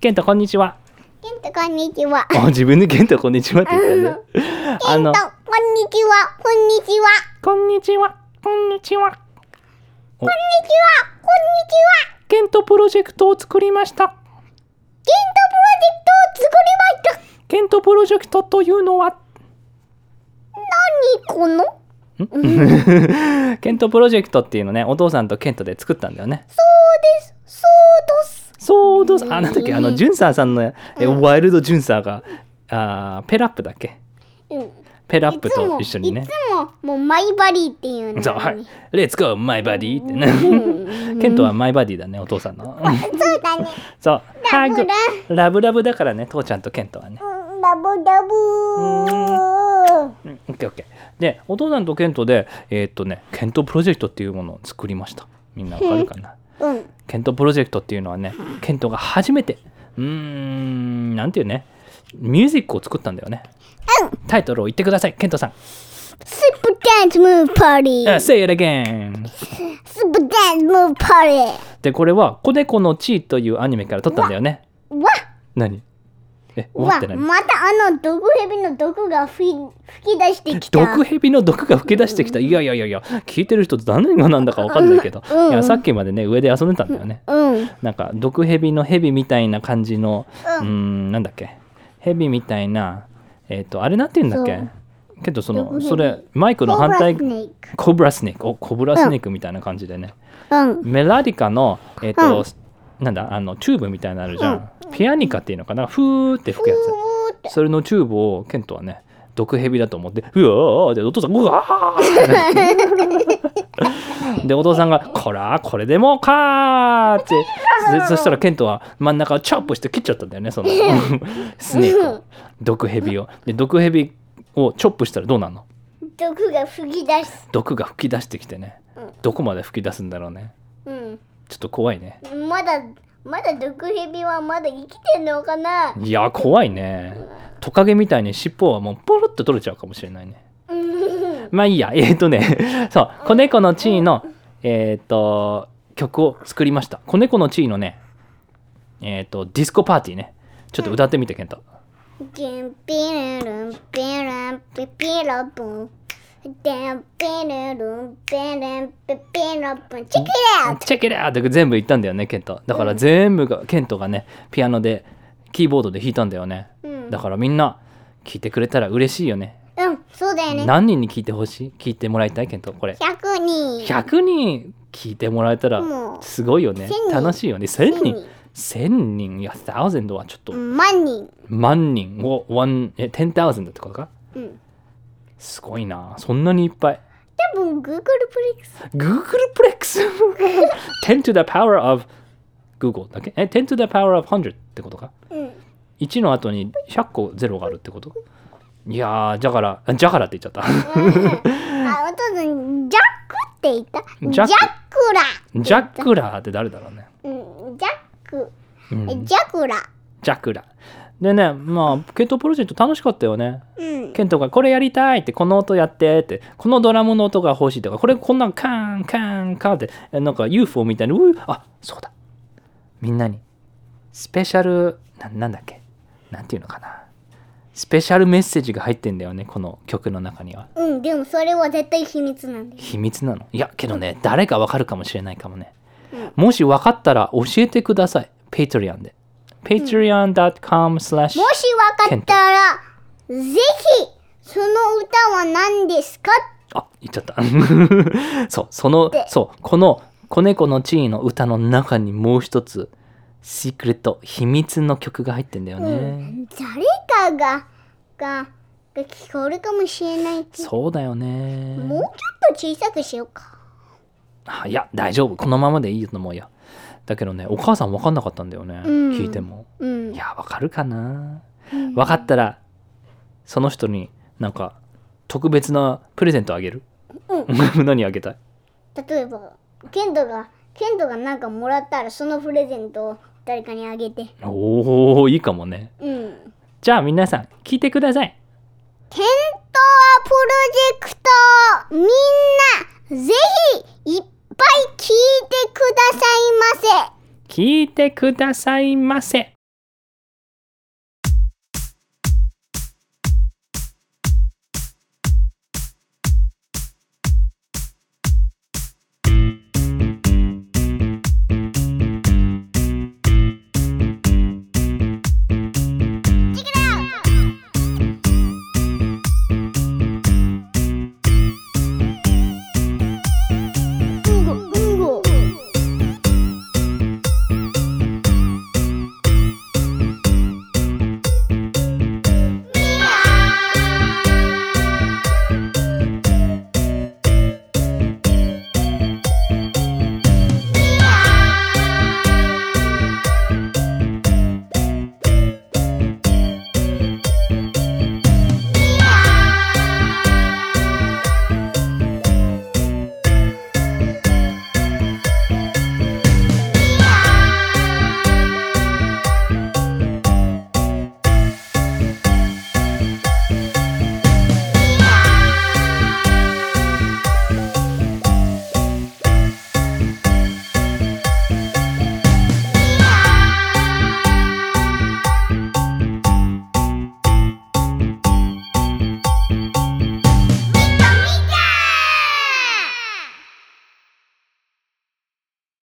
ケントこんにちは。 ケントこんにちは。 自分でケントこんにちはって言ったね。 ケントこんにちは。こんにちは。 こんにちは。こんにちは。 こんにちは。こんにちは。 ケントプロジェクトを作りました。ケントプロジェクトというのは何このケントプロジェクトっていうのね、お父さんとケントで作ったんだよね。そうです。なんだっけ、ジュンサーさんの、ワイルドジュンサーが、ペラップだっけ、ペラップと一緒にね。 いつももうマイバディっていうの。 そう、はい。レッツゴーマイバディってね。ケントはマイバディだね、お父さんの。 そうだね。 そう。ラブラブだからね、父ちゃんとケントはね。 ラブラブオッケーオッケー。で、お父さんとケントで、ケントプロジェクトっていうものを作りました。みんなわかるかな？ケントプロジェクトっていうのはね、ケントが初めて、なんていうね、ミュージックを作ったんだよね。タイトルを言ってください、ケントさん。 スープダンスムーブパーティー。 Say it again。 スープダンスムーブパーティー。 で、これは、子猫のチーというアニメから撮ったんだよね。 わ何？わって何？ また毒蛇の毒が吹き出してきた。 毒蛇の毒が吹き出してきた。いや、聞いてる人何が何だか分かんないけど、いやさっきまでね上で遊んでたんだよね。なんか毒蛇の蛇みたいな感じの、なんだっけ、蛇みたいな、あれなんて言うんだっけ。けどそれマイクの反対、コブラスネーク、コブラスネークみたいな感じでね、メラディカのなんだチューブみたいなのあるじゃん。ピアニカっていうのかな、ふーって吹くやつ。それのチューブをケントはね、毒蛇だと思って、うわーでお父さんうわーでお父さんがこれでもかーって、そしたらケントは真ん中をチョップして切っちゃったんだよね、そのスネークを、毒蛇を。で毒蛇をチョップしたらどうなるの？ 毒が吹き出す。 毒が吹き出してきてね、どこまで吹き出すんだろうね。ちょっと怖いね。 まだ毒蛇はまだ生きてんのかな。 いや怖いね。トカゲみたいに尻尾はもうポロッと取れちゃうかもしれないね。まあいいや。そう子猫のチーの曲を作りました。子猫のチーのねディスコパーティーね。ちょっと歌ってみてケント。 チェックイットって全部言ったんだよねケント。だから全部がケントがねピアノでキーボードで弾いたんだよね。だからみんな聞いてくれたら嬉しいよね。 そうだよね。 何人に聞いてほしい？聞いてもらいたいケントこれ。 100人聞いてもらえたらすごいよね。楽しいよね。1000人いや1000はちょっと万人を10,000ってことか。すごいな、そんなにいっぱい。 多分 Google プレックス10 to the power of Google だっけ？10 to the power of 100ってことか。1の後に100個0があるってこと。いやージャカラって言っちゃった。 お父さんジャックって言った。ジャクラって誰だろうね。 ジャクラでね、まあケントプロジェクト楽しかったよね。ケントがこれやりたいって、この音やってって、このドラムの音が欲しいとか、こんなんカーンカーンカーンってなんか UFO みたいにそうだ、みんなにスペシャルなんだっけ、なんていうのかな、スペシャルメッセージが入ってんだよね、この曲の中には。 でもそれは絶対秘密なんだよ。 秘密なの？いやけどね、誰かわかるかもしれないかもね。もし分かったら教えてください。Patreon で。patreon.com/もし分かったらぜひその歌は何ですか？ 言っちゃったこの子猫のチーの歌の中にもう一つシークレット秘密の曲が入ってんだよね。 誰かが聞こえるかもしれない。 そうだよね。 もうちょっと小さくしようか。 いや大丈夫、このままでいいと思うよ。だけどね、お母さん分かんなかったんだよね、聞いても。いや分かるかな。分かったらその人になんか特別なプレゼントあげる。何あげたい？ 例えばケントがなんかもらったらそのプレゼントを誰かにあげて。 おーいいかもね。じゃあ皆さん聞いてください。 ケントアプロジェクト、みんなぜひいっぱい聞いてくださいませ。 聞いてくださいませ。